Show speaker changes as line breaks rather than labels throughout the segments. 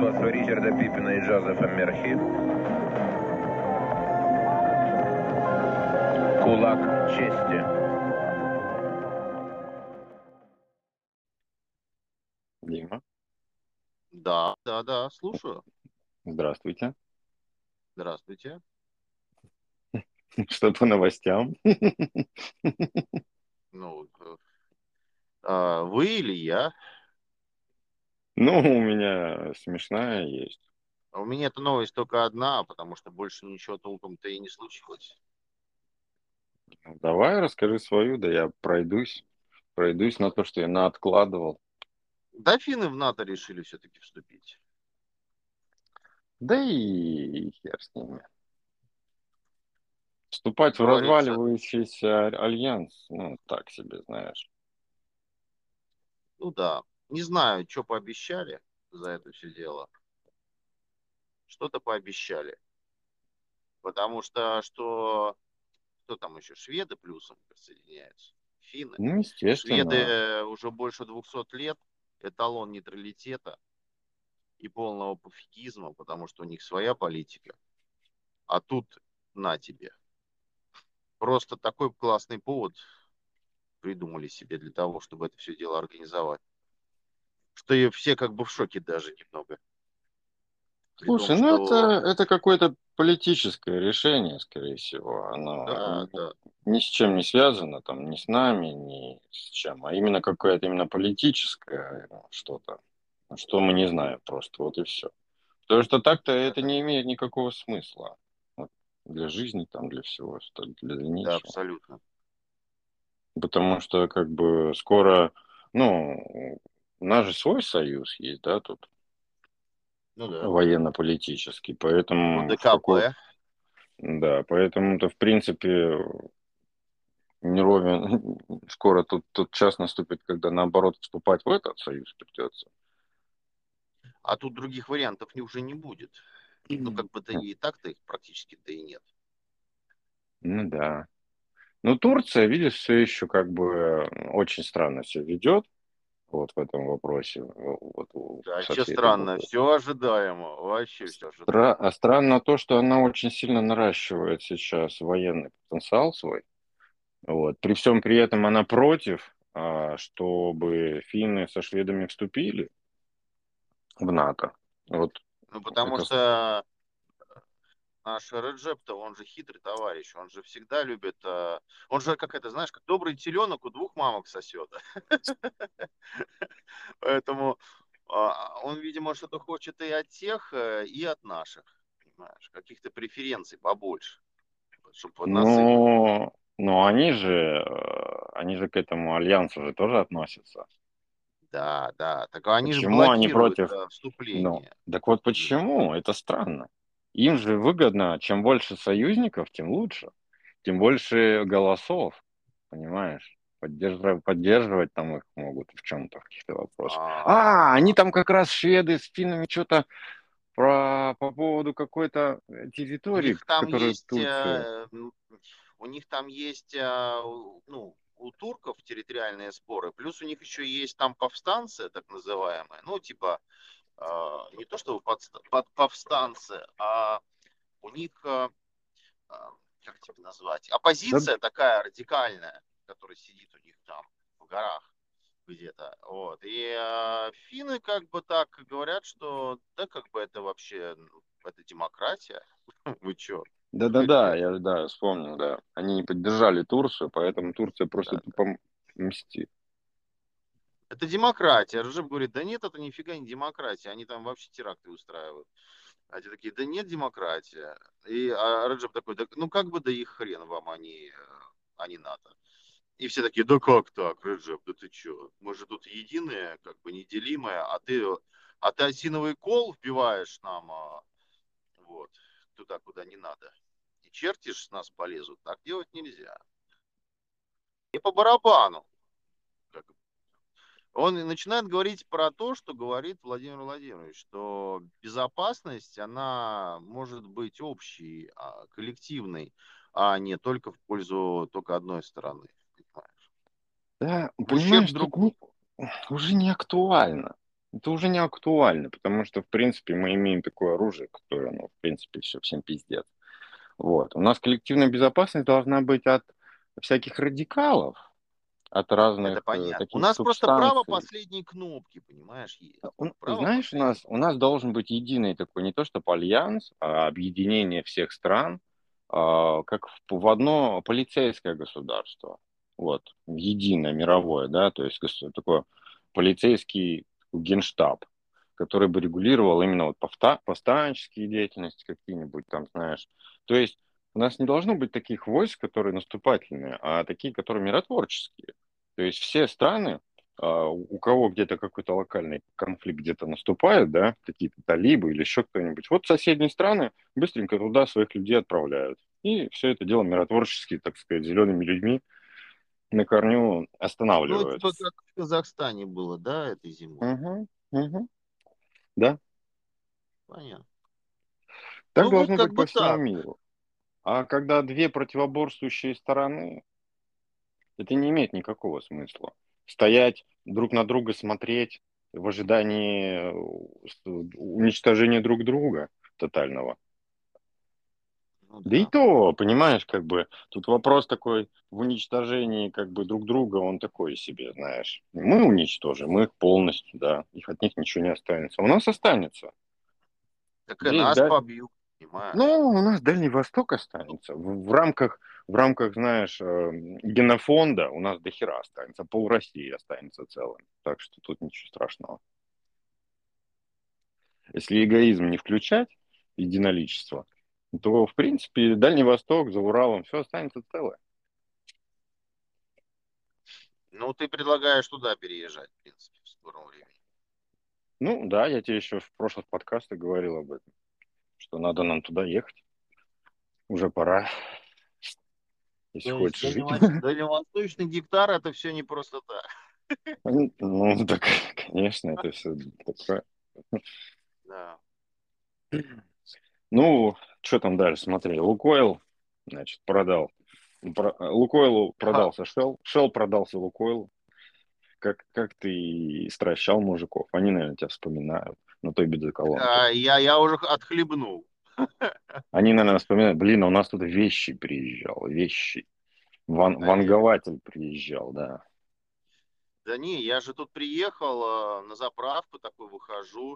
производства Ричарда Пиппина и Джозефа Мерхи. Кулак чести.
Дима,
Да, слушаю.
здравствуйте.
Здравствуйте.
Что по новостям?
Ну, вы или я?
Ну, у меня смешная есть.
А у меня эта новость только одна, потому что больше ничего толком-то и не случилось.
Давай расскажи свою, да я пройдусь на то, что я откладывал.
Да, финны в НАТО решили все-таки вступить.
Да и хер с ними. Вступать в
Говорится,
разваливающийся альянс, ну, так себе, знаешь.
ну да, не знаю, что пообещали за это все дело. Что-то пообещали. Потому что кто там еще? Шведы плюсом присоединяются. Финны.
Ну, естественно.
Шведы уже больше 200 лет. Эталон нейтралитета и полного пофигизма, потому что у них своя политика. А тут на тебе. Просто такой классный повод придумали себе для того, чтобы это все дело организовать. Что и все как бы в шоке даже немного. При том,
Слушай, ну
что
это какое-то политическое решение, скорее всего. Оно
да, да,
ни с чем не связано, там, ни с нами, ни с чем, а именно какое-то именно политическое что-то, что мы не знаем просто, вот и все. Потому что так-то это
это,
не имеет никакого смысла. Вот, для жизни, там, для всего, что для
да,
дальнейшего.
абсолютно.
Потому что, как бы, скоро, ну, у нас же свой союз есть, да, тут,
Ну да.
военно-политический, поэтому в какой.
ОДКБ.
Да, поэтому-то, в принципе, не ровен. Скоро тут час наступит, когда, наоборот, вступать в этот союз придется.
А тут других вариантов уже не будет. Ну, как бы да и так-то их практически-то и нет.
Ну да. Ну, Турция, видишь, все еще как бы очень странно все ведет вот в этом вопросе,
Да,
со
что
всей этой
странно,
буквой.
все ожидаемо, вообще все ожидаемо.
А странно то, что она очень сильно наращивает сейчас военный потенциал свой. Вот. При всем при этом она против, чтобы финны со шведами вступили в НАТО. Вот
Ну, потому
это
что наш Реджеп-то, он же хитрый товарищ, он же всегда любит, он же, как это, знаешь, как добрый теленок у двух мамок сосет. Поэтому он, видимо, что-то хочет и от тех, и от наших, понимаешь, каких-то преференций побольше, чтобы поднасыпать.
но они же к этому альянсу же тоже относятся.
Да, да, так они же
Почему они
блокируют
против? Ну,
вступление.
так вот
Есть.
почему? Это странно. Им же выгодно, чем больше союзников, тем лучше. Тем больше голосов, понимаешь? Поддерживать там их могут в чем-то, в каких-то вопросах. Они
А,
там как раз шведы с финнами что-то по поводу какой-то
У
территории,
них там
которую
есть,
Турция.
у них там есть, ну, у турков территориальные споры, плюс у них еще есть там повстанцы, так называемые, ну, типа, не то что повстанцы, а у них, как тебе назвать,
Да,
оппозиция такая радикальная, которая сидит у них там в горах где-то, вот, и финны как бы так говорят, что, да, как бы это вообще, это демократия, вы чё?
да, да, вспомнил, да. Они не поддержали Турцию, поэтому Турция просто
Да.
тупо мстит.
Это демократия. Ржев говорит, да нет, это нифига не демократия. Они там вообще теракты устраивают. А те такие, да нет, демократия. И Раджаб такой, да, ну как бы да их хрен вам, а не НАТО. И все такие, да как так, Раджаб, да ты че? Мы же тут единые, как бы неделимые, а ты осиновый кол вбиваешь нам вот, туда, куда не надо. И чертишь с нас полезут. Так делать нельзя. И по барабану. Как Он и начинает говорить про то, что говорит Владимир Владимирович, что безопасность, она может быть общей, коллективной, а не только в пользу только одной стороны. Понимаешь?
Да,
В ущерб
понимаешь,
другой.
уже не актуально. это уже не актуально, потому что, в принципе, мы имеем такое оружие, которое, ну, в принципе, все, всем пиздец. Вот. У нас коллективная безопасность должна быть от всяких радикалов, от
Это
разных
понятно. У
таких
нас просто право
субстанций.
последней кнопки, понимаешь, есть. Право
Знаешь,
последней.
у нас должен быть единый такой, не то чтобы альянс, а объединение всех стран, как в одно полицейское государство. Вот, в единое мировое, да, то есть такой полицейский генштаб, который бы регулировал именно вот повстанческие деятельности какие-нибудь там, знаешь. То есть у нас не должно быть таких войск, которые наступательные, а такие, которые миротворческие. То есть все страны, у кого где-то какой-то локальный конфликт где-то наступает, да, какие-то талибы или еще кто-нибудь, вот соседние страны быстренько туда своих людей отправляют. И все это дело миротворчески, так сказать, зелеными людьми на корню
Ну,
останавливают.
типа как в Казахстане было, да, этой зимой.
Угу, угу, да,
Понятно.
так
Ну вот
должно
как
быть
бы
по всему
так.
миру. А когда две противоборствующие стороны, это не имеет никакого смысла. Стоять друг на друга, смотреть в ожидании уничтожения друг друга тотального.
Ну
Да и
да.
то, понимаешь, как бы тут вопрос такой в уничтожении как бы друг друга, он такой себе, знаешь. Мы уничтожим, мы их полностью, да, их от них ничего не останется. У нас останется.
Так и
Здесь,
нас
да,
побьют,
ну,
понимаешь.
у нас Дальний Восток останется. В рамках, знаешь, генофонда у нас дохера останется. Пол России останется целым. Так что тут ничего страшного. Если эгоизм не включать, единоличество, то, в принципе, Дальний Восток, за Уралом, все останется целое.
Ну, ты предлагаешь туда переезжать, в принципе, в скором времени.
Ну, да, я тебе еще в прошлых подкастах говорил об этом, что надо нам туда ехать. Уже пора, если
То есть
хочешь жить.
дальневосточный гектар это все не просто так.
Ну, так, конечно, это все такое.
Да.
Ну, что там дальше, смотри, Лукойл, значит, продал. Лукойлу
Ха.
продался Shell, Shell продался Лукойлу. Как ты и стращал мужиков. Они, наверное, тебя вспоминают на той бензоколонке.
Я уже отхлебнул.
Они, наверное, вспоминают, блин, а у нас тут вещи приезжал, вещи.
Олег.
Вангователь приезжал, да.
Да не, я же тут приехал на заправку, такой выхожу.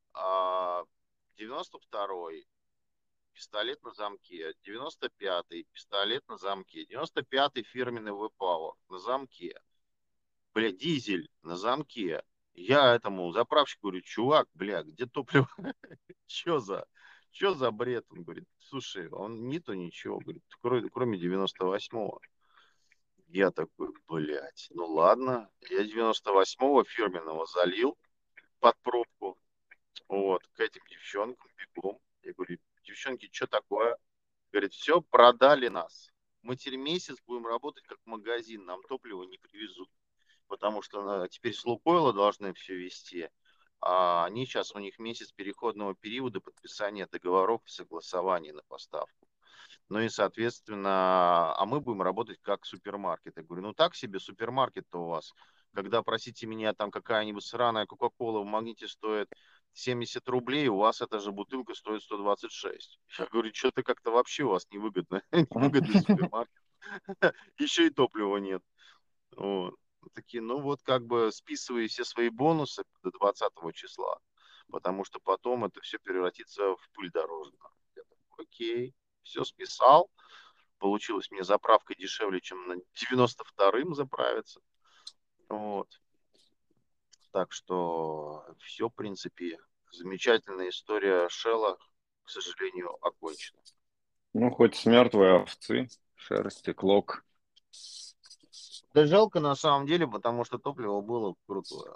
92-й пистолет на замке, 95-й пистолет на замке, 95-й фирменный V-Power на замке. Бля, дизель на замке. Я этому заправщику говорю, чувак, бля, где топливо? Че за, че за бред? Он говорит, слушай, он не то ничего, говорит, кроме 98-го. Я такой, блядь, ну ладно. Я 98-го фирменного залил под пробку. Вот, к этим девчонкам бегом. Я говорю, девчонки, что такое? Говорит, все, продали нас. Мы теперь месяц будем работать как магазин, нам топливо не привезут. Потому что теперь с Лукойла должны все вести. А они сейчас, у них месяц переходного периода подписания договоров и согласования на поставку. Ну и, соответственно, а мы будем работать как супермаркет. Я говорю, ну так себе супермаркет-то у вас. Когда, простите меня, там какая-нибудь сраная Кока-Кола в магните стоит 70 рублей, у вас эта же бутылка стоит 126. Я говорю, что-то как-то вообще у вас невыгодно. Невыгодный супермаркет. Еще и топлива нет. Вот. Такие, ну вот как бы списываю все свои бонусы до 20 числа, потому что потом это все превратится в пыль дорожную. Я такой, окей, все списал. Получилось мне заправка дешевле, чем на 92-м заправиться. Вот. Так что все, в принципе, замечательная история Шелла, к сожалению, окончена.
Ну, хоть с мертвой овцы, шерсти, клок.
Да жалко на самом деле, потому что топливо было крутое.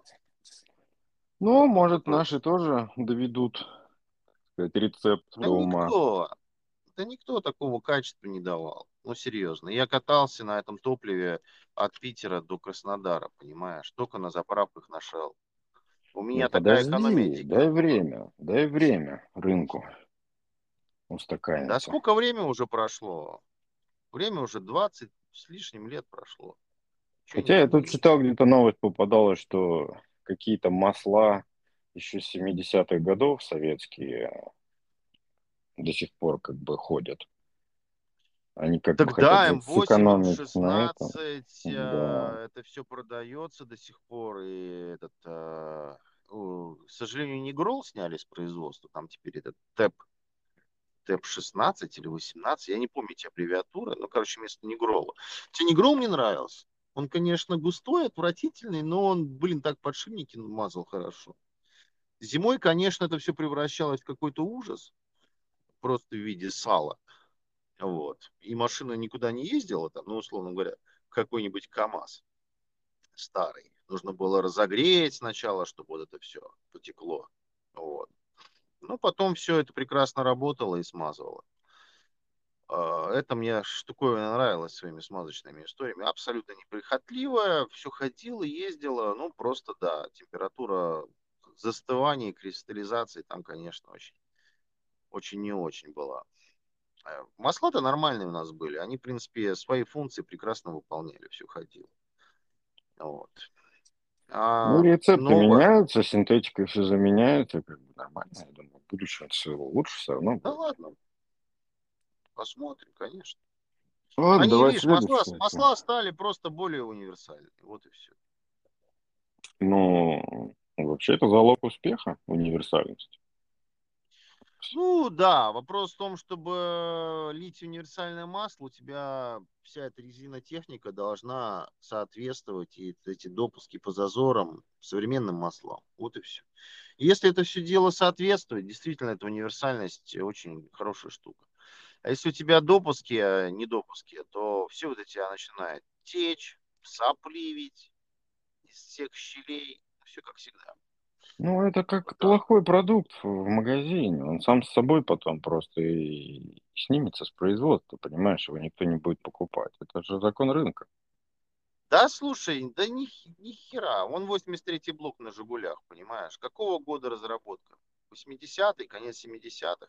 Ну, может,
Крутое.
наши тоже доведут, так сказать, рецепт
Да
до ума.
никто. Да никто такого качества не давал. Ну, серьезно. Я катался на этом топливе от Питера до Краснодара, понимаешь? Только на заправках нашел. У
Не,
меня такая экономия
подожди,
дикая была.
дай время рынку
Да
устаканиться.
сколько времени уже прошло? Время уже 20 с лишним лет прошло. Ничего не
Хотя я тут
изменилось.
читал, где-то новость попадала, что какие-то масла, еще с 70-х годов советские до сих пор как бы ходят. Они как бы хотят
Тогда М8,
сэкономить на этом.
М16,
Да.
это все продается до сих пор. И к сожалению, не Грол сняли с производства. Там теперь этот ТЭП-16 или 18, я не помню эти аббревиатуры, но, короче, вместо Негрола. Тебе Негрол мне нравился. Он, конечно, густой, отвратительный, но он, блин, так подшипники мазал хорошо. Зимой, конечно, это все превращалось в какой-то ужас, просто в виде сала. Вот. И машина никуда не ездила, там, ну, условно говоря, какой-нибудь КАМАЗ старый. Нужно было разогреть сначала, чтобы вот это все потекло. Вот. Но потом все это прекрасно работало и смазывало. Это мне штуковина нравилась своими смазочными историями. Абсолютно неприхотливая, все ходила, ездила. Ну, просто, да, температура застывания, кристаллизации там, конечно, очень, очень не очень была. Масла-то нормальные у нас были. Они, в принципе, свои функции прекрасно выполняли, все ходило. Вот.
Ну,
А
рецепты
новое...
меняются, синтетикой все заменяется, как бы нормально. Я думаю, в будущем все лучше все равно
Да
будет.
ладно, посмотрим, конечно.
Ладно,
Они,
давай
видишь, масла,
следующее.
масла стали просто более универсальными. Вот и все.
Ну, вообще это залог успеха, универсальность.
Ну да, вопрос в том, чтобы лить универсальное масло, у тебя вся эта резинотехника должна соответствовать и эти допуски по зазорам современным маслам. Вот и все. Если это все дело соответствует, действительно, это универсальность очень хорошая штука. А если у тебя допуски, не допуски, то все вот эти начинает течь, сопливить из всех щелей, все как всегда.
Ну, это
Вот
как
так.
плохой продукт в магазине. Он сам с собой потом просто и снимется с производства, понимаешь, его никто не будет покупать. Это же закон рынка.
Да, слушай, да ни хера. Вон 83-й блок на Жигулях, понимаешь? Какого года разработка? 80-й, конец 70-х.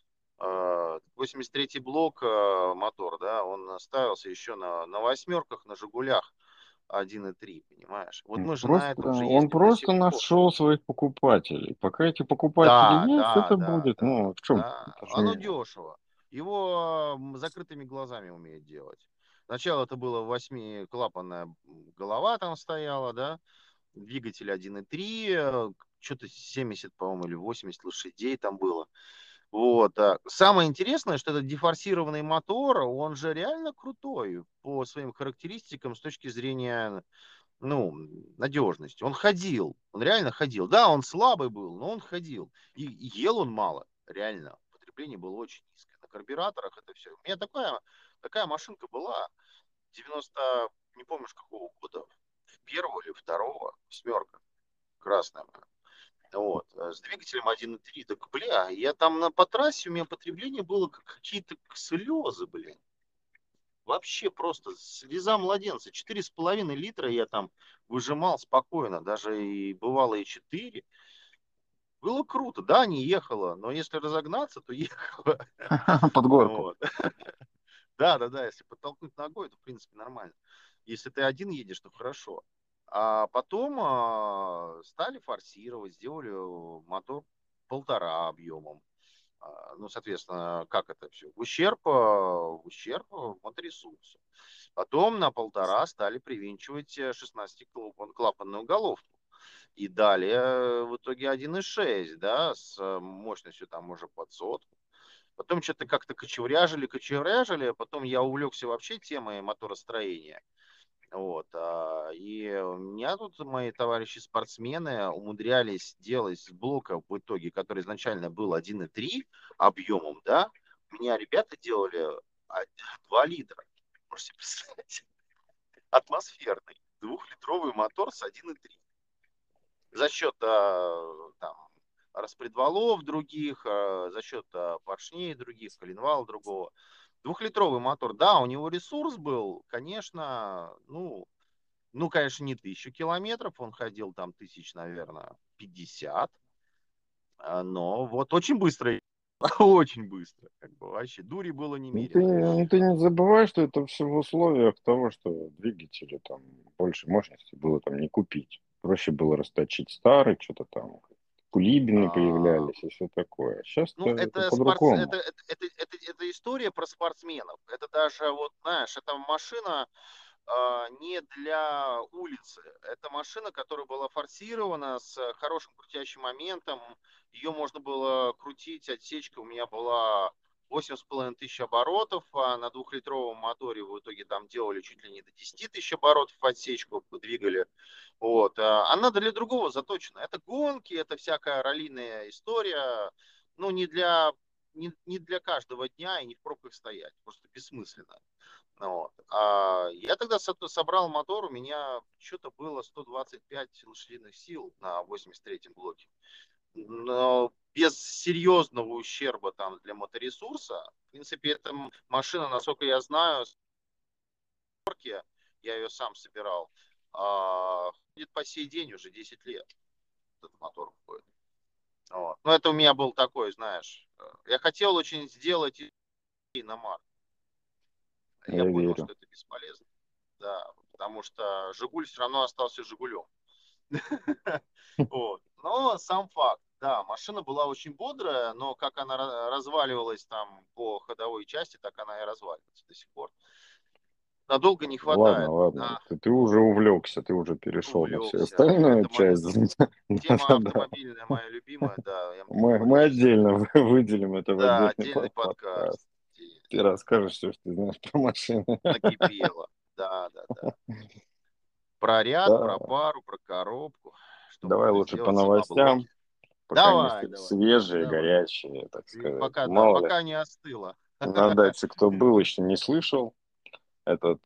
83-й блок мотор, да, он ставился еще на восьмерках, на Жигулях 1.3, понимаешь? Вот мы же на
Просто,
этом же
он
ездим до сих
просто
пор.
нашел своих покупателей. Пока эти покупатели
Да,
есть,
да,
это
да,
будет,
да,
ну, в чем?
да.
Это же
Оно
не...
дешево. Его закрытыми глазами умеет делать. Сначала это было восьмиклапанная голова там стояла, да, двигатель 1.3, что-то 70, по-моему, или 80 лошадей там было. Вот. Самое интересное, что этот дефорсированный мотор, он же реально крутой по своим характеристикам с точки зрения, ну, надежности. Он ходил, он реально ходил. Да, он слабый был, но он ходил. И ел он мало, реально. Потребление было очень низкое. На карбюраторах это все. У меня такая машинка была 90, не помню, с какого года, первого или второго, восьмерка, красная. Вот, с двигателем 1.3. Так, бля, я там по трассе, у меня потребление было как какие-то слезы, блин. Вообще просто слеза младенца. 4,5 литра я там выжимал спокойно, даже и бывало и 4. Было круто, да, не ехала, но если разогнаться, то ехала.
Под горку.
Вот. Да, да, да, если подтолкнуть ногой, то в принципе нормально. Если ты один едешь, то хорошо. А потом стали форсировать, сделали мотор 1,5 объемом. Ну, соответственно, как это все? В ущерб моторесурсу. Потом на 1,5 стали привинчивать 16-клапанную головку. И далее в итоге 1.6, да, с мощностью там уже под сотку. Потом что-то как-то кочевряжили, а потом я увлекся вообще темой моторостроения. Вот. И у меня тут мои товарищи-спортсмены умудрялись делать с блока в итоге, который изначально был 1.3 объемом, да, у меня ребята делали 2 литра. Можете представить? Атмосферный двухлитровый мотор с 1.3. За счет там, распредвалов других, за счет поршней других, коленвала другого. Двухлитровый мотор, да, у него ресурс был, конечно, конечно, не 1000 километров, он ходил там тысяч, наверное, 50, но вот очень быстро, очень быстро, как бы вообще, дури было немерено.
Ты не забывай, что это все в условиях того, что двигатели там больше мощности было там не купить. Проще было расточить старый, что-то там кулибины
А,
появлялись и все такое. Сейчас-то
Ну,
это
это,
по-другому.
это история про спортсменов. Это даже, вот, знаешь, это машина не для улицы. Это машина, которая была форсирована с хорошим крутящим моментом. Ее можно было крутить, отсечка у меня была 8,5 тысяч оборотов, а на двухлитровом моторе в итоге там делали чуть ли не до 10 тысяч оборотов отсечку, двигали. Вот. Она для другого заточена. Это гонки, это всякая раллийная история. Ну, не для каждого дня и не в пробках стоять. Просто бессмысленно. Вот. А я тогда собрал мотор, у меня что-то было 125 лошадиных сил на 83-м блоке. Но без серьезного ущерба там для моторесурса. В принципе, эта машина, насколько я знаю, я ее сам собирал, ходит по сей день уже 10 лет. Этот мотор ходит. Вот. Но это у меня был такой, знаешь, я хотел очень сделать иномарку. Я
Я
понял,
верю.
что это бесполезно. Да, потому что Жигуль все равно остался Жигулем. Вот. Но сам факт, да, машина была очень бодрая, но как она разваливалась там по ходовой части, так она и разваливается до сих пор. Надолго не
Ладно,
хватает.
ладно. Ты уже увлекся, ты уже перешел на всю
Увлекся.
остальную
Это моя
часть.
тема
Да-да-да.
автомобильная, моя любимая, да, я могу
Мы
говорить часами.
отдельно выделим это в
Да,
отдельный
отдельный подкаст.
подкаст. Ты расскажешь все, что ты знаешь про машины.
Накипело. Да, да, да. Про ряд,
Да,
про пару, про коробку, что
давай
можно
лучше по
сделать, сама
новостям,
блоки.
пока они
Давай, давай,
свежие,
давай.
горячие, так
И
сказать.
пока, да,
Мало ли,
пока не остыло.
на даче кто был, еще не слышал. Этот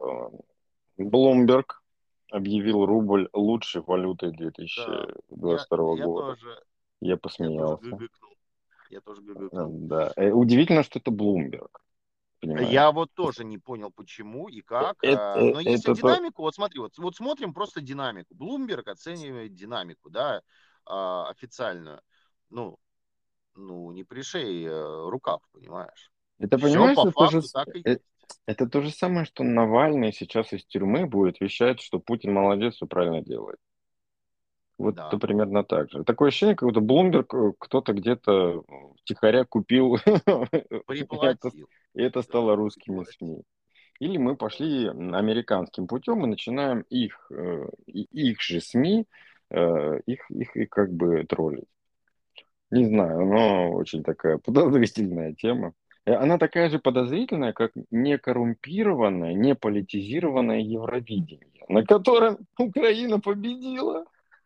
Bloomberg объявил рубль лучшей валютой
Да,
2022
я
года.
тоже,
Я
я тоже
посмеялся.
гыгыкнул. Я тоже гыгыкнул.
Да. Удивительно, что это Bloomberg,
Я
понимаешь?
вот тоже не понял, почему и как. Но если
Это то...
динамику, вот смотри, вот смотрим просто динамику. Bloomberg оценивает динамику, да, официальную. Ну, не пришей рукав, понимаешь?
Это,
Все
понимаешь,
по факту так и есть.
это то же самое, что Навальный сейчас из тюрьмы будет вещать, что Путин молодец, все правильно делает. Вот это
Да,
примерно так же. Такое ощущение, как будто Bloomberg кто-то где-то втихаря купил,
приплатил.
и это
Да,
стало русскими
приплатил.
СМИ. Или мы пошли американским путем и начинаем их же СМИ, их как бы троллить. Не знаю, но очень такая подозрительная тема. Она такая же подозрительная, как некоррумпированное, не политизированное Евровидение, на котором Украина победила.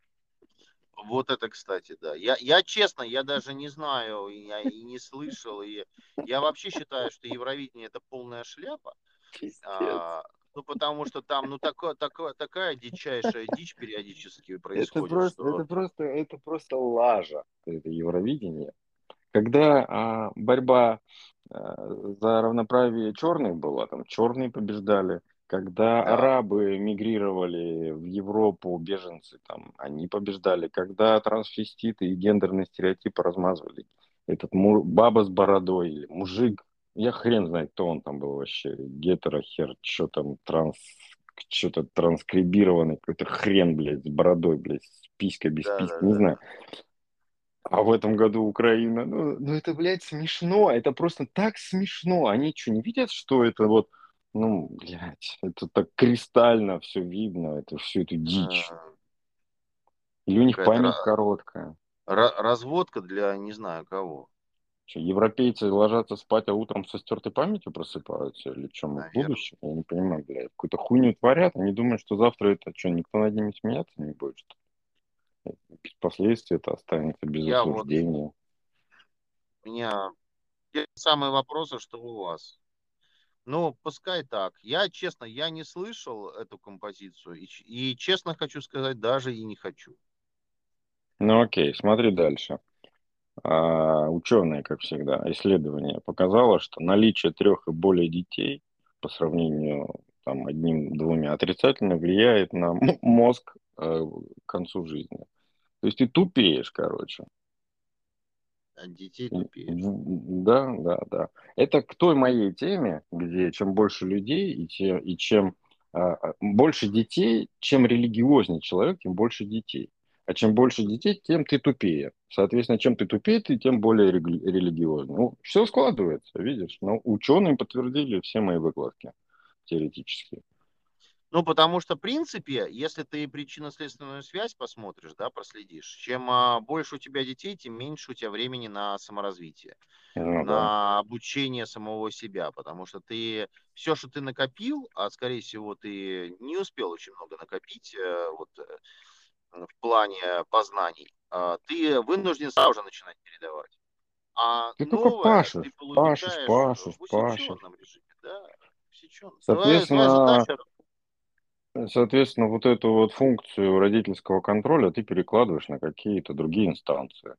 Вот это, кстати, да. Я честно, я даже не знаю, я и не слышал. И я вообще считаю, что Евровидение это полная шляпа.
Пиздец.
А, ну, потому что там, такая дичайшая дичь периодически происходит, что
Это просто лажа, это Евровидение. Когда борьба за равноправие черных была, там черные побеждали. Когда
да,
арабы мигрировали в Европу, беженцы, там, они побеждали. Когда трансвеститы и гендерные стереотипы размазывали. Баба с бородой или мужик, я хрен знает, кто он там был вообще, гетерохер, что там, что-то транскрибированный, какой-то хрен, блядь, с бородой, блядь, с писькой без
да,
письки,
да,
не
да,
знаю.
да.
А в этом году Украина. Ну это, блядь, смешно. Это просто так смешно. Они что, не видят, что это вот, ну, блядь, это так кристально все видно, это всю эту дичь.
А,
Или у них
Какая-то
память короткая.
разводка для не знаю кого,
Что, европейцы ложатся спать, а утром со стертой памятью просыпаются? Или что, мы в
наверное.
будущем? Я не понимаю, блядь. Какую-то хуйню творят, они думают, что завтра это что, никто над ними смеяться не будет, что ли? Без последствий это останется без
Я вот,
осуждения.
у меня те же самые вопросы, что у вас. Ну, пускай так. Я, честно, я не слышал эту композицию. И честно хочу сказать, даже и не хочу.
Ну окей, смотри дальше. Ученые, как всегда, исследование показало, что наличие трех и более детей по сравнению там, одним-двумя отрицательно влияет на мозг к концу жизни. То есть ты тупеешь, короче.
От детей тупеешь.
Да, да, да. Это к той моей теме, где чем больше людей и чем больше детей, чем религиознее человек, тем больше детей. А чем больше детей, тем ты тупее. Соответственно, чем ты тупее, ты тем более религиозный. Ну, все складывается, видишь. Ну, ученые подтвердили все мои выкладки теоретически.
Ну, потому что, в принципе, если ты причинно-следственную связь посмотришь, да, проследишь, чем больше у тебя детей, тем меньше у тебя времени на саморазвитие,
Ну да.
на обучение самого себя, потому что ты все, что ты накопил, а скорее всего ты не успел очень много накопить в плане познаний, ты вынужден сразу же начинать передавать. А
Ты только
новое ты
пашешь, пашешь,
получаешь
пашешь,
в
пашешь.
усеченном режиме, да, усеченном. Твоя
Соответственно,
задача.
соответственно, вот эту вот функцию родительского контроля ты перекладываешь на какие-то другие инстанции.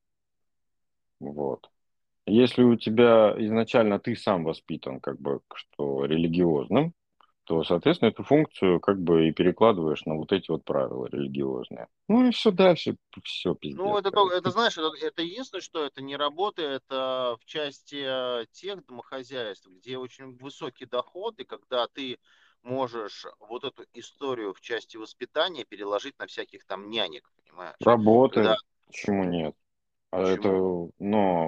Вот. Если у тебя изначально ты сам воспитан как бы что религиозным, то, соответственно, эту функцию как бы и перекладываешь на вот эти вот правила религиозные. Ну и все дальше, все
Ну,
пиздец,
это,
короче.
это знаешь, это единственное, что это не работает в части тех домохозяйств, где очень высокий доход, и когда ты можешь вот эту историю в части воспитания переложить на всяких там нянек, понимаешь? Когда,
Работает, почему нет? А это,
почему?
но,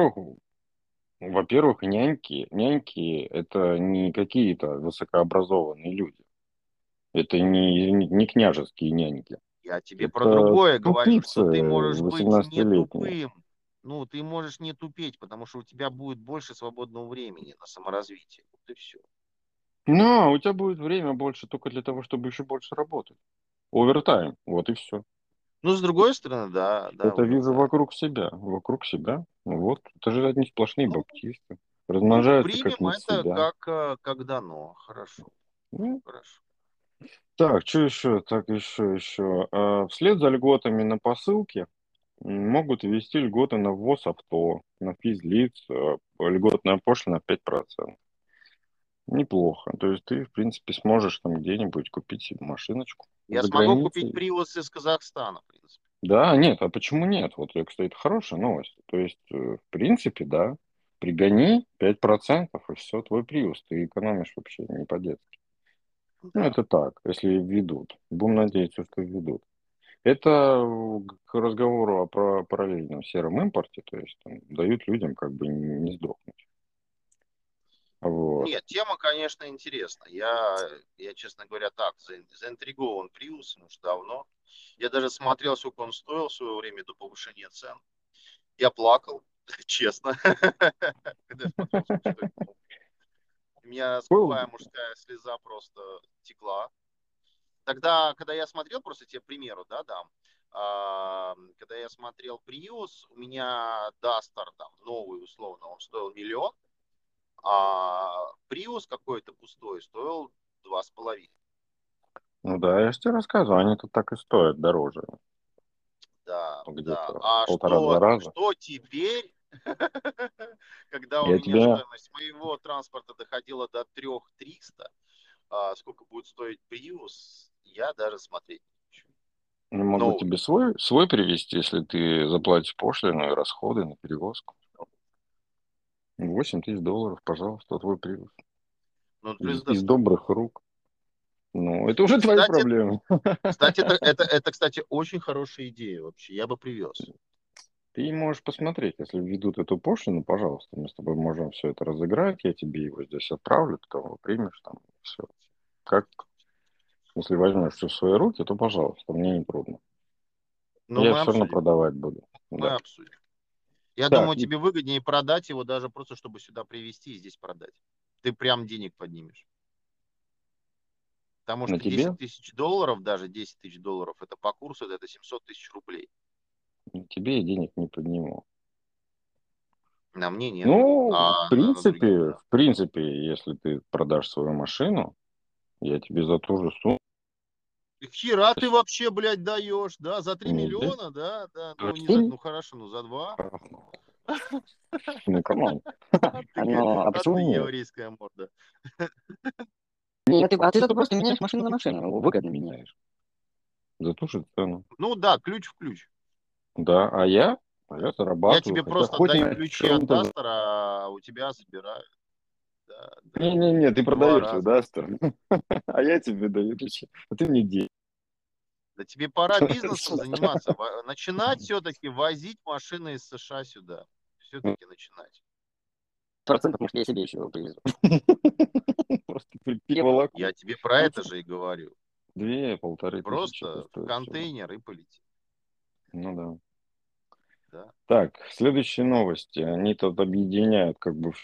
во-первых, няньки это не какие-то высокообразованные люди. Это не княжеские няньки.
Я тебе про
Это
другое говорю,
тупицы
что ты можешь быть не
18-летние.
тупым. Ну, ты можешь не тупеть, потому что у тебя будет больше свободного времени на саморазвитие. Вот и все.
Но у тебя будет время больше только для того, чтобы еще больше работать. Овертайм, вот и все.
Ну, с другой стороны, да, да,
Это вижу
овертайм.
вокруг себя. Вокруг себя. Ну вот. Это же одни сплошные
Ну,
баптисты.
ну,
Размножаются как
примем
не в
это
себя.
как дано. Хорошо,
Ну,
хорошо.
так, что еще? Так, еще. Вслед за льготами на посылки могут ввести льготы на ввоз авто, на физлиц, льготная пошлина 5%. Неплохо. То есть ты, в принципе, сможешь там где-нибудь купить себе машиночку
Я
за
смогу купить
границей.
Prius из Казахстана, в принципе.
Да, нет, а почему нет? Вот, кстати, это хорошая новость. То есть, в принципе, да, пригони 5% и все, твой приус. Ты экономишь вообще не по-детски. Ну,
Да.
это так, если введут. Будем надеяться, что введут. Это к разговору о параллельном сером импорте, то есть там, дают людям как бы не сдохнуть. Вот.
Нет, тема, конечно, интересна. Я честно говоря, так, заинтригован Prius уж давно. Я даже смотрел, сколько он стоил в свое время до повышения цен. Я плакал, честно, когда я смотрел, сколько стоит. У меня
Был-
скупая мужская слеза просто текла. Тогда, когда я смотрел, просто тебе примеру, да, дам, когда я смотрел Prius, у меня Duster там новый, условно, он стоил 1 000 000, а Prius какой-то пустой стоил 2,5.
Ну да, я же тебе рассказываю, они тут так и стоят дороже.
Да, да.
Где-то
А
полтора-два раза.
что теперь, когда у
Я
меня
тебе
стоимость моего транспорта доходила до 3 300, сколько будет стоить Prius, я даже смотреть не хочу.
не могу
Новый.
тебе свой привезти, если ты заплатишь пошлину и расходы на перевозку. $8000, пожалуйста, твой привоз.
Ну, плюс
Из
доставка.
добрых рук. Ну, это уже твои
Кстати,
проблемы.
кстати, очень хорошая идея вообще. Я бы привез.
Ты можешь посмотреть, если введут эту пошлину, пожалуйста, мы с тобой можем все это разыграть, я тебе его здесь отправлю, ты его примешь там, все. Как, если возьмешь все в свои руки, то, пожалуйста, мне не трудно.
Но
Я
мы
все равно
обсудим.
продавать буду.
Мы
Да.
обсудим. Я
Так,
думаю, тебе выгоднее продать его даже просто, чтобы сюда привезти и здесь продать. Ты прям денег поднимешь. Потому
на
что 10
тебе?
тысяч долларов, даже 10 тысяч долларов, это по курсу это 700 тысяч рублей.
На тебе я денег не подниму.
На мне нет.
Ну,
А на других, да.
в принципе, если ты продашь свою машину, я тебе за ту же сумму
Хера ты вообще, блядь, даешь, да? За 3
не даю.
миллиона, да? Да. Ну, не за,
Окей.
ну хорошо, ну за 2.
Ну, камон.
А ты,
Ну, а
а ты
почему нет?
еврейская морда.
Нет, а ты только просто меняешь машину на машину. Выгодно меняешь. За ту же цену.
Ну да, ключ в ключ.
Да, а я
Я
зарабатываю,
тебе
хотя
просто
хоть
даю
на
ключи от
чем-то.
Дастера, а у тебя забирают. Да, да.
Не-не-не, ты
Два
продаешь свой
раза.
Дастер, а я тебе даю ключи. А ты мне деньги.
Да тебе пора бизнесом заниматься, начинать все-таки возить машины из США сюда. Все-таки начинать.
Процентов, может, я себе еще привезу. Просто переволоку.
Я тебе про это же и говорю.
2-1500 это
Просто в
стоит всего.
контейнер и полетит.
Ну да.
Да.
Так, следующие новости. Они тут объединяют как бы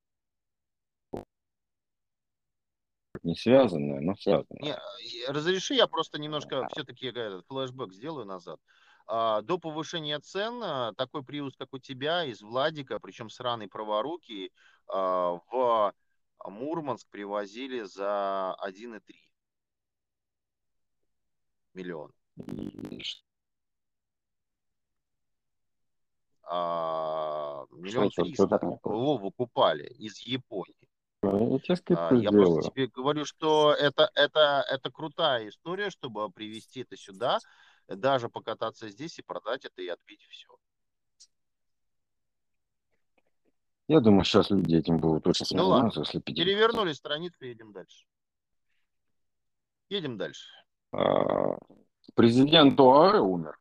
не связанные, но
Не,
связанные.
разреши, я просто немножко все-таки этот флешбэк сделаю назад. До повышения цен такой Prius, как у тебя, из Владика, причем сраный праворукий, в Мурманск привозили за 1,3 миллиона.
И что
Миллион
еще что-то
триста
такое?
его выкупали из Японии.
Я тебе скидку
Я просто
сделаю.
тебе говорю, что это крутая история, чтобы привезти это сюда, даже покататься здесь и продать это и отбить все.
Я думаю, сейчас люди этим будут очень сильно
Ну ладно,
заниматься, если пить.
перевернули страницу, едем дальше. Едем дальше.
Президент ОАЭ умер.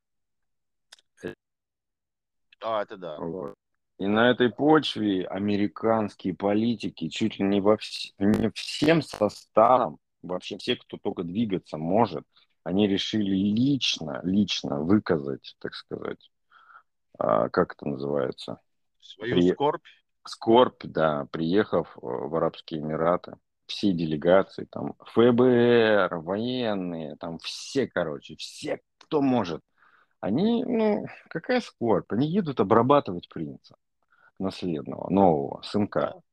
Это да.
Вот. И на этой почве американские политики чуть ли не всем составом, вообще все, кто только двигаться может, они решили лично выказать, так сказать, как это называется,
Свою
при,
скорбь.
скорбь, да, приехав в Арабские Эмираты, все делегации, там, ФБР, военные, там, все, короче, все, кто может, они, ну, какая скорбь, они едут обрабатывать принца наследного, нового, сынка.
Да.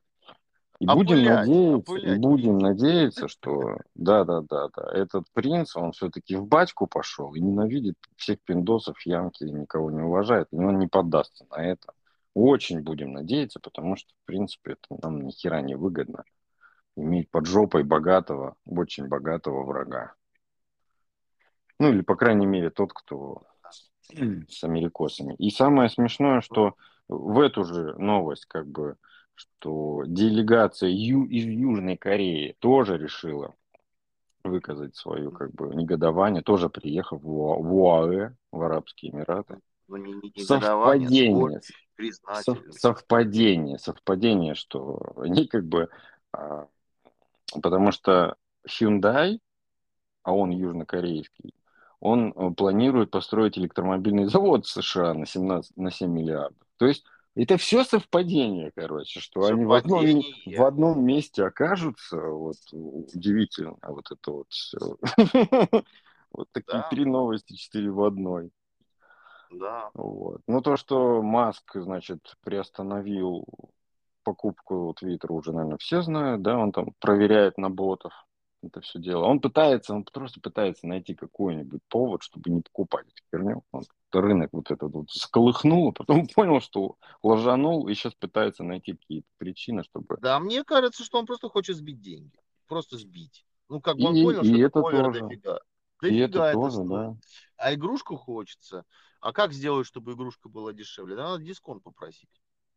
И
Опылять
будем
принца.
надеяться, что да, этот принц, он все-таки в батьку пошел и ненавидит всех пиндосов, янки, никого не уважает, и он не поддастся на это. Очень будем надеяться, потому что, в принципе, это нам ни хера не выгодно. Иметь под жопой богатого, очень богатого врага. Ну, или, по крайней мере, тот, кто с америкосами. И самое смешное, что в эту же новость, как бы, что делегация из Южной Кореи тоже решила выказать свое, как бы, негодование, тоже приехав в ОАЭ, в Арабские Эмираты.
Ну, не негодование, скорбь,
Совпадение,
признательность.
совпадение, что они как бы, а, потому что Hyundai, а он южнокорейский, он планирует построить электромобильный завод в США на 7 миллиардов. То есть это все совпадение, короче, что они в
Совпадение.
одном месте окажутся. Вот удивительно. Вот это вот все. Вот такие
Да,
3 новости, 4 в одной.
да.
Вот. Ну, то, что Маск, значит, приостановил покупку Твиттера, уже, наверное, все знают, да, он там проверяет на ботов это все дело. Он просто пытается найти какой-нибудь повод, чтобы не покупать эту херню. Он рынок вот этот вот сколыхнул, а потом понял, что ложанул, и сейчас пытается найти какие-то причины, чтобы...
Да, мне кажется, что он просто хочет сбить деньги. Просто сбить. Ну, как бы он понял,
И
что это
это
овер
тоже,
дофига.
и это
Дофига это
тоже,
стоит.
да.
А игрушку хочется. А как сделать, чтобы игрушка была дешевле? Да, надо дисконт попросить.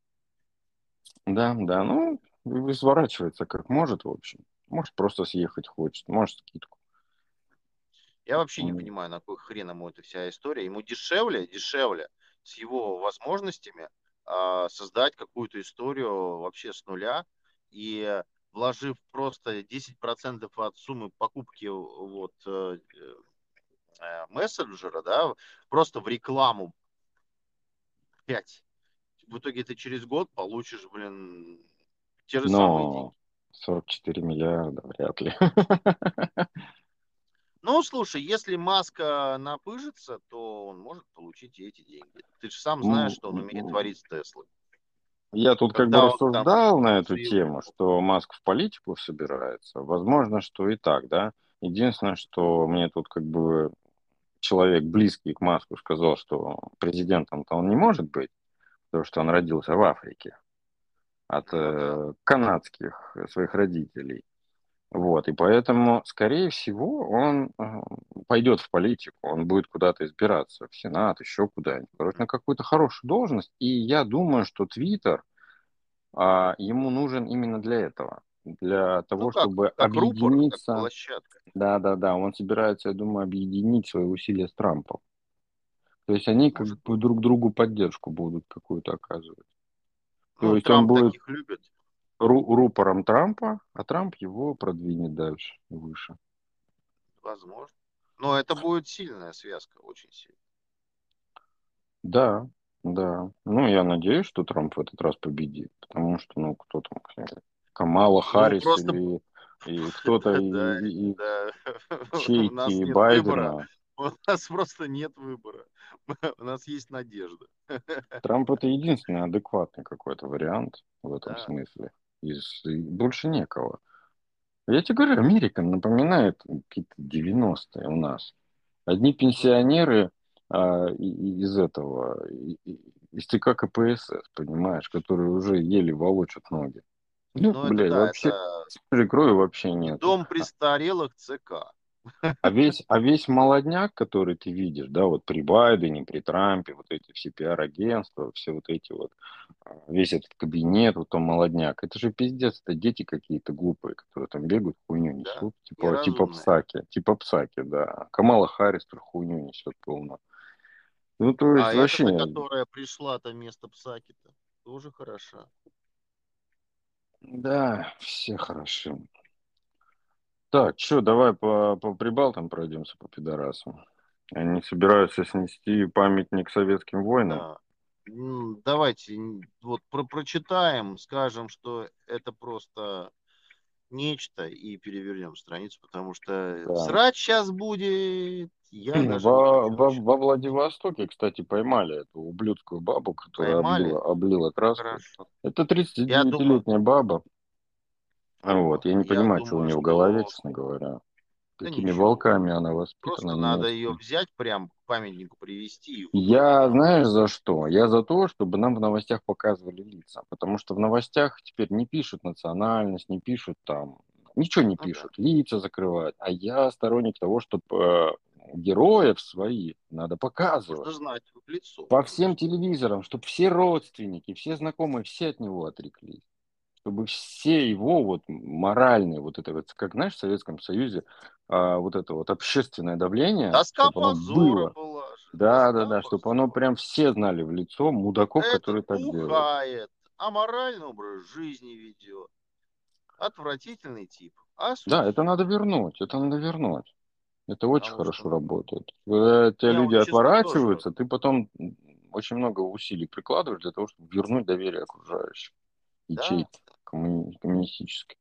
Да, да, ну, изворачивается как может, в общем. Может, просто съехать хочет, может, скидку.
Я вообще не
М.
понимаю, на кой хрен ему эта вся история. Ему дешевле с его возможностями создать какую-то историю вообще с нуля и вложив просто 10% от суммы покупки вот, мессенджера, да, просто в рекламу 5. В итоге ты через год получишь, блин, те же самые деньги.
Но 44 миллиарда вряд ли.
Ну, слушай, если Маска напыжится, то он может получить и эти деньги. Ты же сам знаешь,
М,
что он умеет
м,
творить с Теслой.
Я тут как бы
Когда он там
рассуждал на эту
заявил,
тему, что Маск в политику собирается. Возможно, что и так, да. Единственное, что мне тут как бы человек близкий к Маску сказал, что президентом-то он не может быть, потому что он родился в Африке от
ну да,
канадских своих родителей. Вот, и поэтому, скорее всего, он пойдет в политику, он будет куда-то избираться, в Сенат, еще куда-нибудь, короче, на какую-то хорошую должность. И я думаю, что Твиттер ему нужен именно для этого. для
Ну
того, чтобы
как рупор, как
объединиться.
площадка.
Да, он собирается, я думаю, объединить свои усилия с Трампом. То есть они как
Может
бы
быть.
друг другу поддержку будут какую-то оказывать. То
Ну,
есть он
Трамп
будет
таких любит.
рупором Трампа, а Трамп его продвинет дальше, выше.
Возможно. Но это будет сильная связка, очень сильная.
Да, да. Ну, я надеюсь, что Трамп в этот раз победит, потому что, ну, кто там, Камала
Ну,
Харрис
просто,
и кто-то
да,
из
да. У нас
чейки
нет выбора.
Байдена.
У нас просто нет выбора. У нас есть надежда.
Трамп это единственный адекватный какой-то вариант в этом
Да,
смысле. И больше некого. Я тебе говорю, Америка напоминает какие-то 90-е у нас. Одни
ну да.
пенсионеры из этого, из ТК КПСС, понимаешь, которые уже еле волочат ноги. Ну,
Ну это
блядь,
да,
вообще,
это
свежей крови вообще нету.
дом престарелых ЦК.
А весь молодняк, который ты видишь, да, вот при Байдене, при Трампе, вот эти все пиар-агентства, все вот эти вот, весь этот кабинет, вот он молодняк, это же пиздец, это дети какие-то глупые, которые там бегают, хуйню
Да,
несут,
неразумные.
типа Псаки, да. Камала Харрис тоже хуйню несет полно. Ну, то есть
А
вообще,
эта-то, которая пришла-то вместо Псаки-то, тоже хороша.
да, все хороши. Так, что, давай по Прибалтам пройдемся по пидорасам. Они собираются снести памятник советским воинам.
Да. Давайте вот прочитаем, скажем, что это просто нечто и перевернем страницу, потому что
Да.
срать сейчас будет, я даже не
Во,
хочу
во,
начинать.
во Владивостоке, кстати, поймали эту ублюдскую бабу, которая
Поймали?
облила краской.
Хорошо.
Это
Я думаю,
39-летняя баба. Вот, я не
я
понимаю, что у
думаю,
нее в голове,
что
честно говоря.
да
Какими
ничего.
волками она воспитана,
Просто
не
надо ее
ясно.
взять, прям к памятнику привести и выбросить
Я,
там.
знаешь, за что? Я за то, чтобы нам в новостях показывали лица. Потому что в новостях теперь не пишут национальность, не пишут там, ничего не
Ну да.
пишут, лица закрывают. А я сторонник того, чтобы героев своих надо показывать.
Нужно знать в лицо,
По всем
конечно.
телевизорам, чтобы все родственники, все знакомые, все от него отреклись. Чтобы все его вот моральные, вот это вот, как знаешь, в Советском Союзе, вот это вот общественное давление,
Доска
чтобы оно
позора
было.
была же. Доска
Да, чтобы оно
позора.
прям все знали в лицо мудаков,
Этот
которые так делают.
бухает, аморальный образ жизни ведет. Отвратительный тип.
Да, это
Осудить.
надо вернуть, это надо вернуть. Это очень
Потому что,
хорошо
ну,
работает. Когда от тебя
мне
люди
вот, честно, тоже,
отворачиваются, ты потом очень много усилий прикладываешь для того, чтобы вернуть доверие окружающим
да,
ячейки коммунистической.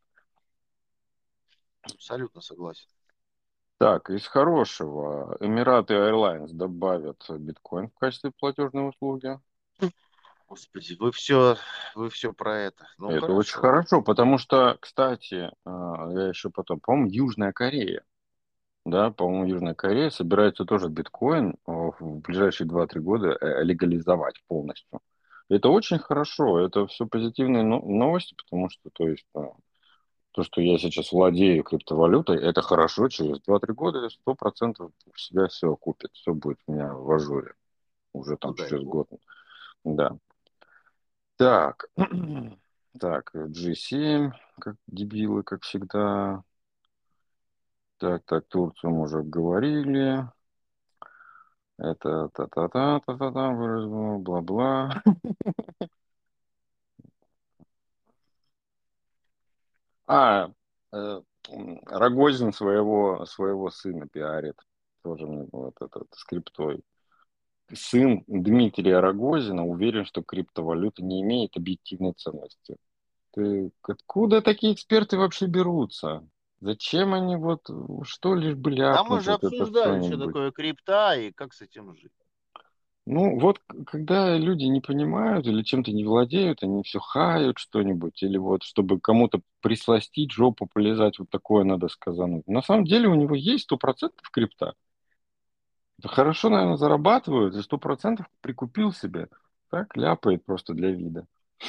абсолютно согласен.
Так, из хорошего. Эмираты Airlines добавят биткоин в качестве платежной услуги.
Господи, вы все про это. Ну,
Это очень
хорошо.
хорошо, потому что, кстати, я еще потом, по-моему, Южная Корея, да, по-моему, Южная Корея собирается тоже биткоин в ближайшие 2-3 года легализовать полностью. Это очень хорошо, это все позитивные новости, потому что, то есть, то, что я сейчас владею криптовалютой, это хорошо, через 2-3 года 100% в себя все купит, все будет у меня в ажуре уже
Ну,
там
дай
через
бог.
год. Да. Так, так, G7, как дебилы, как всегда. Так, Турцию мы уже говорили. Это та-та-та, бла-бла. А, Рогозин своего сына пиарит. Тоже мне вот этот скриптой. Сын Дмитрия Рогозина уверен, что криптовалюта не имеет объективной ценности. Откуда такие эксперты вообще берутся? Зачем они вот, что лишь бы
Да мы
ляпнуть
же
вот это
обсуждали, что
что-нибудь?
такое крипта и как с этим жить.
Ну, вот когда люди не понимают или чем-то не владеют, они все хают что-нибудь, или вот чтобы кому-то присластить, жопу полезать, вот такое надо сказануть. На самом деле у него есть 100% крипта. Хорошо, наверное, зарабатывают, и 100% прикупил себе. Так, ляпает просто для вида.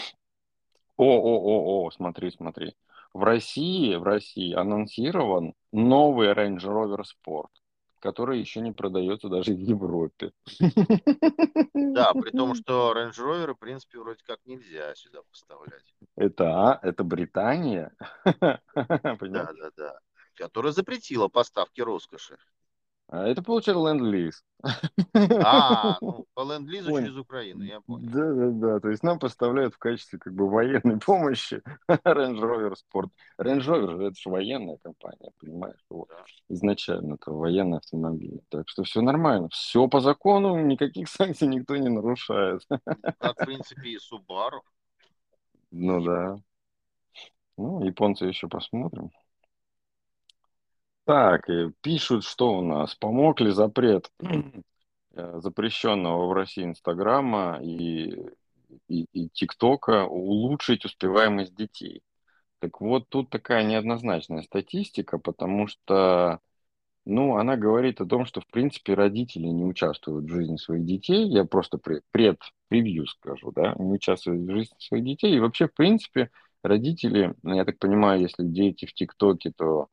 Смотри. В России анонсирован новый Range Rover Sport. которая еще не продается даже в Европе.
Да, при том, что Range Rover, в принципе, вроде как нельзя сюда поставлять.
Это Британия, понимаешь?
Да, да, да. Которая запретила поставки роскоши.
А это получается ленд-лиз.
Ну, по ленд-лизу
Понял.
через Украину, я понял.
Да, да, да. То есть нам поставляют в качестве как бы военной помощи Range Rover Sport. Range Rover же это же военная компания, понимаешь? Вот.
Да.
Изначально это военный автомобиль. Так что все нормально. Все по закону, никаких санкций никто не нарушает.
Ну, как, в принципе, и Subaru.
Ну
Японцы.
да. Ну, японцы еще посмотрим. Так, и пишут, что у нас? Помог ли запрет запрещенного в России Инстаграма и ТикТока улучшить успеваемость детей? Так вот, тут такая неоднозначная статистика, потому что, ну, она говорит о том, что, в принципе, родители не участвуют в жизни своих детей. Я просто превью скажу, да, не участвуют в жизни своих детей. И вообще, в принципе, родители, ну, я так понимаю, если дети в ТикТоке, то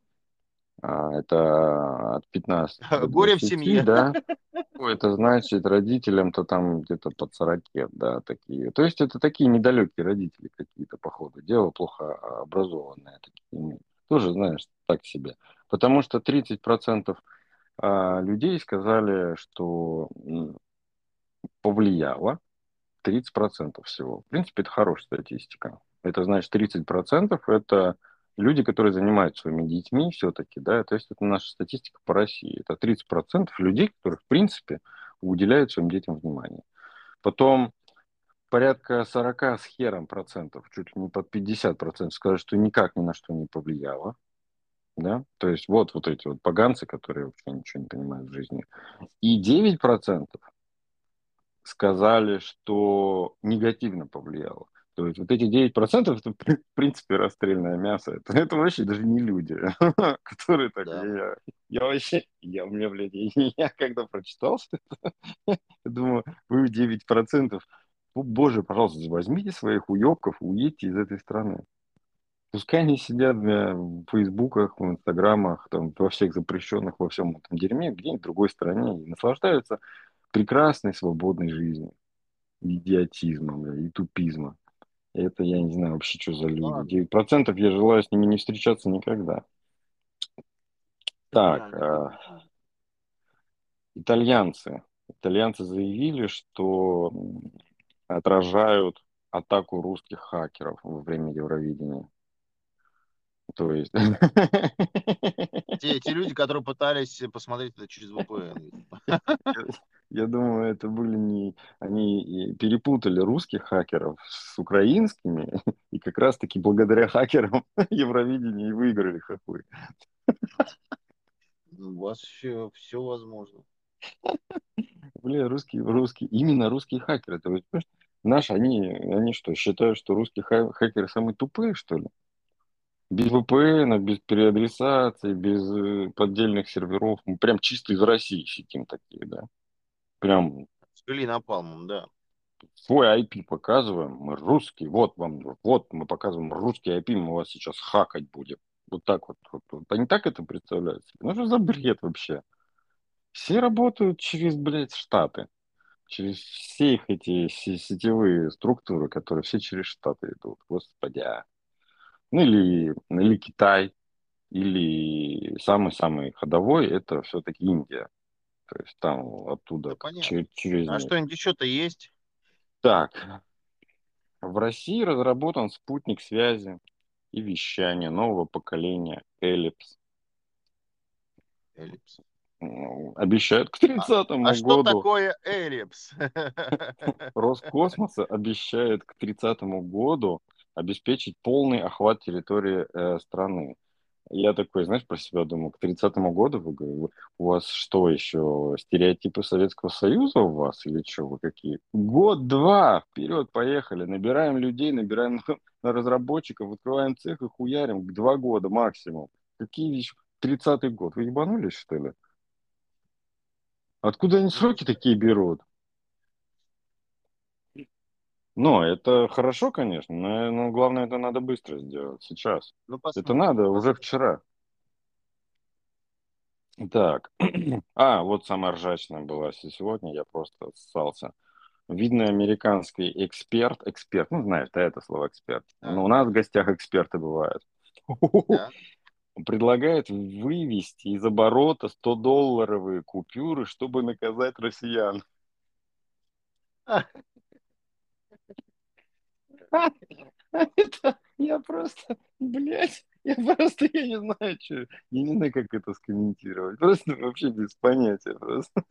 это от 15 до
Горе в
20,
семье.
да. Ну, это значит родителям-то там где-то под 40, да, такие. То есть это такие недалекие родители какие-то, по ходу дела, плохо образованные такие. Тоже, знаешь, так себе. Потому что 30% людей сказали, что повлияло, 30% всего. В принципе, это хорошая статистика. Это значит 30% это люди, которые занимаются своими детьми все-таки, да, то есть это наша статистика по России. Это 30% людей, которые, в принципе, уделяют своим детям внимание. Потом порядка 40 с хером процентов, чуть ли не под 50% сказали, что никак ни на что не повлияло. Да? То есть вот эти вот поганцы, которые вообще ничего не понимают в жизни. И 9% сказали, что негативно повлияло. То есть вот эти 9% это, в принципе, расстрельное мясо. Это вообще даже не люди, которые так...
Да.
Я вообще... У меня, блядь, я когда прочитал, что это, я думаю, вы 9%, ну, боже, пожалуйста, возьмите своих уебков, уедьте из этой страны. Пускай они сидят в фейсбуках, в инстаграмах, там, во всех запрещенных, во всем этом дерьме, где-нибудь в другой стране и наслаждаются прекрасной свободной жизнью идиотизма, бля, и тупизма. Это я не знаю вообще, что за люди.
Ладно.
9% я желаю с ними не встречаться никогда. Так,
Я никогда не.
итальянцы. Итальянцы заявили, что отражают атаку русских хакеров во время Евровидения. То есть...
Те люди, которые пытались посмотреть это через VPN.
Я думаю, это были не... Они перепутали русских хакеров с украинскими, и как раз-таки благодаря хакерам Евровидение и выиграли хохлы.
У вас все возможно.
Бля, именно русские хакеры. Ты вот понимаешь, они что, считают, что русские хакеры самые тупые, что ли? Без VPN, без переадресации, без поддельных серверов. Мы прям чисто из России сидим такие, да. Прям
С Напалмом, да.
свой IP показываем, мы русские, вот вам, вот мы показываем русский IP, мы вас сейчас хакать будем. Вот так вот. Они так это представляют себе? Ну что за бред вообще? Все работают через, блядь, Штаты. Через все их эти сетевые структуры, которые все через Штаты идут. Господи. Ну или Китай, или самый-самый ходовой, это все-таки Индия. То есть там
Это
оттуда
понятно.
через
А
них.
что-нибудь еще-то есть?
Так, в России разработан спутник связи и вещания нового поколения Эллипс.
Эллипс.
Ну, обещают к
А
30
что
году.
такое эллипс?
Роскосмоса обещает к 30 году обеспечить полный охват территории страны. Я такой, знаешь, про себя думаю, к 30 году у вас что еще, стереотипы Советского Союза у вас или что вы какие? Год-два, вперед, поехали, набираем людей, набираем на разработчиков, открываем цех и хуярим к 2 года максимум. Какие еще 30-й год? Вы ебанулись, что ли? Откуда они
Ну,
сроки такие берут? Ну, это хорошо, конечно, но главное, это надо быстро сделать, сейчас.
ну
Это
посмотрим,
надо уже
посмотрим.
вчера. Так, вот самая ржачная была сегодня, я просто ссался. Видный американский эксперт, ну, знаешь, да, это слово эксперт.
Да,
Но у нас в гостях эксперты бывают.
да.
Предлагает вывести из оборота 100-долларовые купюры, чтобы наказать россиян. Это я просто, блядь, я не знаю, что, я не знаю, как это скомментировать. Просто вообще без понятия просто.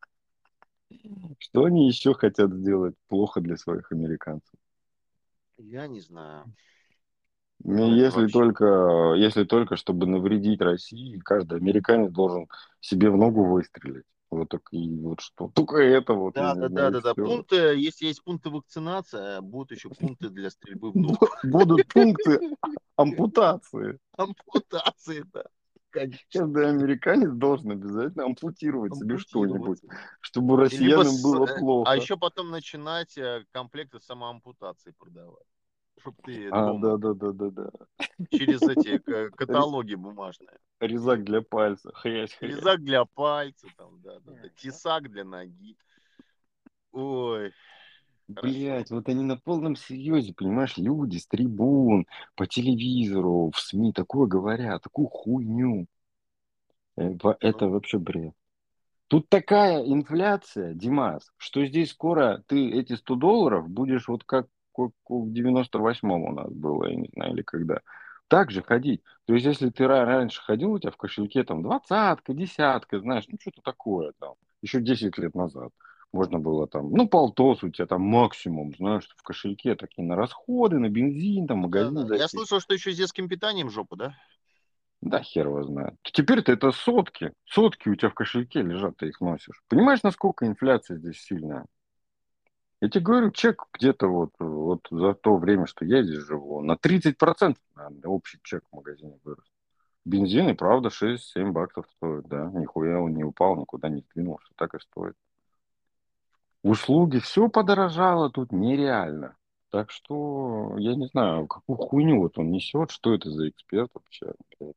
Что они еще хотят сделать плохо для своих американцев?
Я не знаю.
Ну,
Ну, это вообще...
если только, чтобы навредить России, каждый американец должен себе в ногу выстрелить. Вот так и вот что. Только это вот, я
Да,
не
да, да,
знаю, и
да, да.
все.
Пункты, если есть пункты вакцинации, будут еще пункты для стрельбы в ногу.
Будут пункты ампутации.
Ампутации, да. Конечно.
Каждый американец должен обязательно ампутировать себе что-нибудь,
Ампутироваться.
чтобы россиянам было
А
плохо.
еще потом начинать комплекты самоампутации продавать. Чтоб ты
Да,
дома
да, да, да, да.
через эти
Ре-
каталоги бумажные.
Резак для пальца. Хрясь, хрясь.
Резак для пальца, там, да, да, да. Тесак для ноги. Ой, хорошо.
Блять, вот они на полном серьезе, понимаешь, люди с трибун, по телевизору, в СМИ такое говорят, такую хуйню. Это
Ну,
вообще бред. Тут такая инфляция, Димас, что здесь скоро ты эти 100 долларов будешь вот как в 98-м у нас было, я не знаю, или когда. Так же ходить. То есть, если ты раньше ходил, у тебя в кошельке там двадцатка, десятка, знаешь, ну что-то такое там, еще 10 лет назад. Можно было там, ну, полтос у тебя там максимум, знаешь, в кошельке такие на расходы, на бензин, там, в
да,
магазин
да. Я
зайти.
слышал, что еще с детским питанием жопа, да?
Да хер его знает. Теперь-то это сотки. Сотки у тебя в кошельке лежат, ты их носишь. Понимаешь, насколько инфляция здесь сильная? Я тебе говорю, чек где-то вот за то время, что я здесь живу, на 30% наверное, общий чек в магазине вырос. Бензин и правда 6-7 баксов стоит, да. Нихуя он не упал, никуда не сдвинулся, так и стоит. Услуги, все подорожало тут нереально. Так что я не знаю, какую хуйню вот он несет, что это за эксперт вообще.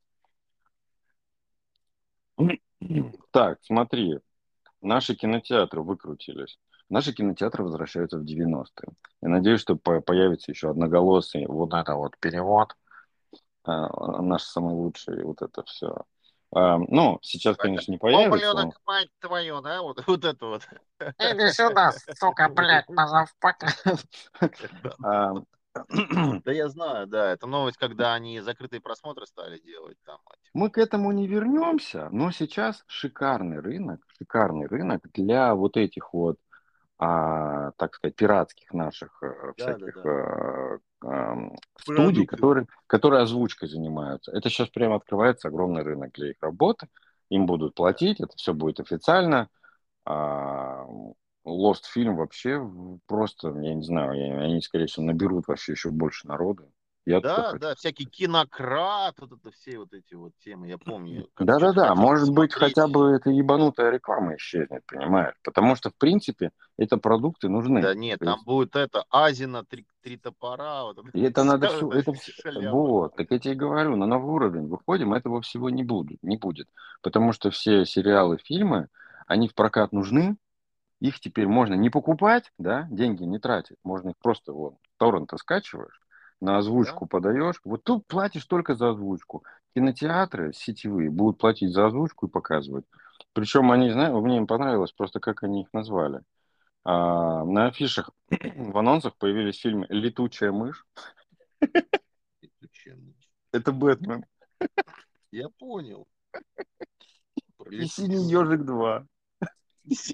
Так, смотри, наши кинотеатры выкрутились. Наши кинотеатры возвращаются в 90-е. Я надеюсь, что появится еще одноголосый вот это вот перевод, наш самый лучший, вот это все. Ну, сейчас,
Это
конечно, не появится
ублюдок,
он.
мать твою, да? Вот это вот.
Иди сюда, сука, блядь, мазафака.
Да,
А,
да, я знаю, да. Это новость, когда они закрытые просмотры стали делать там.
Мы к этому не вернемся, но сейчас шикарный рынок для вот этих вот так сказать, пиратских наших
Да, да,
всяких
да.
студий,
Продукты.
которые озвучкой занимаются. Это сейчас прямо открывается огромный рынок для их работы. Им будут
Да.
платить, это все будет официально. Lost фильм вообще просто, я не знаю, они, скорее всего, наберут вообще еще больше народу. Я туда
Да,
хочу.
да, всякий кинократ, вот это все вот эти вот темы, я помню, как что-то
Да-да-да,
хотел
может быть, хотя
посмотреть.
бы эта ебанутая реклама исчезнет, понимаешь? Потому что, в принципе, это продукты нужны.
Да нет,
То
там
есть
будет это Азина, три топора, вот это
и это надо
вся
все,
эта
это
шляпа.
вот, так я тебе и говорю, на новый уровень выходим, этого всего не будет, потому что все сериалы, фильмы, они в прокат нужны, их теперь можно не покупать, да, деньги не тратить, можно их просто вот торренты скачиваешь, на
Да,
озвучку подаешь, вот тут платишь только за озвучку. Кинотеатры сетевые будут платить за озвучку и показывать. Причем они, знаю, мне им понравилось просто, как они их назвали. На афишах в анонсах появились фильмы «Летучая мышь».
летучая.
Это Бэтмен.
Я понял про
И «Синий
летучую
ежик 2».
мышь.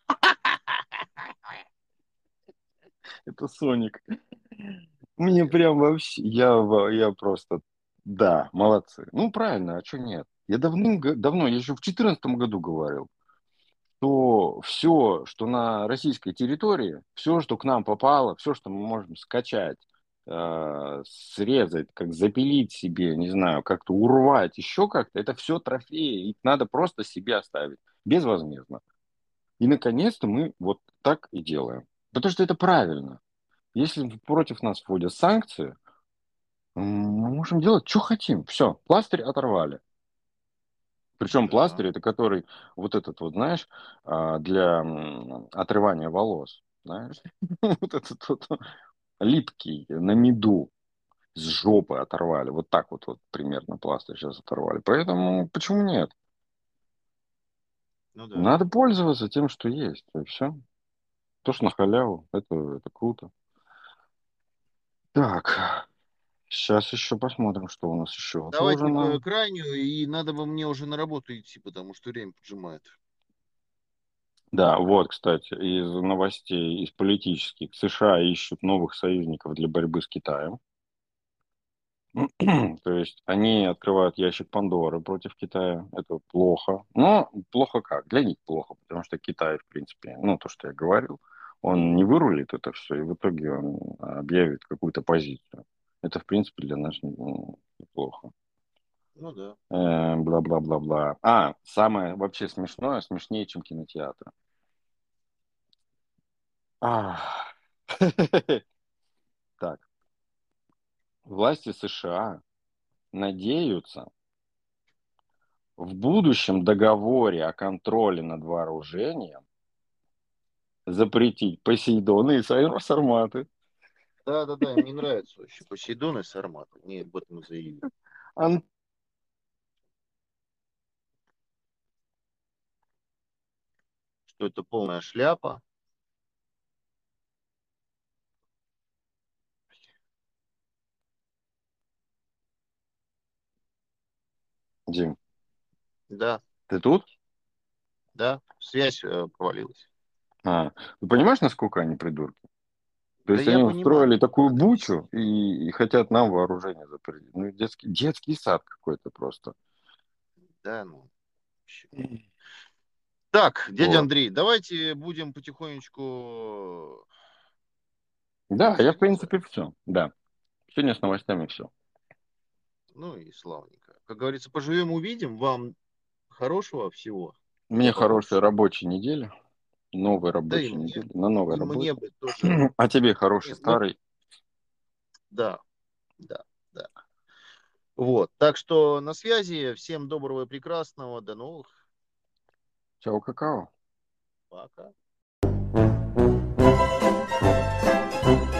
Это Соник. Мне прям вообще, я просто, да, молодцы. Ну, правильно, а что нет? Я давно, я еще в 2014 году говорил, что все, что на российской территории, все, что к нам попало, все, что мы можем скачать, срезать, как запилить себе, не знаю, как-то урвать, еще как-то, это все трофеи, их надо просто себе оставить, безвозмездно. И, наконец-то, мы вот так и делаем. Потому что это правильно. Если против нас вводят санкции, мы можем делать, что хотим. Все, пластырь оторвали. Причем
Да.
пластырь, это который вот этот вот, знаешь, для отрывания волос, знаешь, вот этот вот липкий на меду с жопы оторвали, вот так вот примерно пластырь сейчас оторвали. Поэтому почему нет?
Ну да.
Надо пользоваться тем, что есть, и все. То, что на халяву, это круто. Так, сейчас еще посмотрим, что у нас еще
Давайте
отложено.
крайнюю, и надо бы мне уже на работу идти, потому что время поджимает.
Да, вот, кстати, из новостей, из политических, США ищут новых союзников для борьбы с Китаем. То есть они открывают ящик Пандоры против Китая. Это плохо. Но плохо как? Для них плохо, потому что Китай, в принципе, ну, то, что я говорил, он не вырулит это все, и в итоге он объявит какую-то позицию. Это, в принципе, для нас неплохо.
Ну да.
Бла-бла-бла-бла. Самое вообще смешное, смешнее, чем кинотеатр. Ах. Так, власти США надеются в будущем договоре о контроле над вооружением запретить Посейдоны и Сарматы.
Да, им не нравится вообще Посейдон и Сармат. Они об этом заявили.
Ан-
Что это полная шляпа.
Дим,
Да,
ты тут?
да, связь провалилась.
Ты понимаешь, насколько они придурки? То
Да
есть
я
они
понимаю,
устроили такую
надо
бучу
объяснить.
и хотят нам вооружение запретить. Ну, детский сад какой-то просто.
Да, ну, вообще. Так, дядя
Вот.
Андрей, давайте будем потихонечку
Да, я, в
расходиться.
принципе, все. Да. Сегодня с новостями все.
Ну и славненько. Как говорится, поживем, увидим. Вам хорошего всего
Мне хорошей
побольше.
рабочей недели. Новой
Да и
рабочей
мне.
недели. На новой
И мне
работе.
бы тоже.
А тебе хороший
Ну,
старый.
да, да, да. Вот. Так что на связи. Всем доброго и прекрасного. До новых.
Чао, какао.
Пока.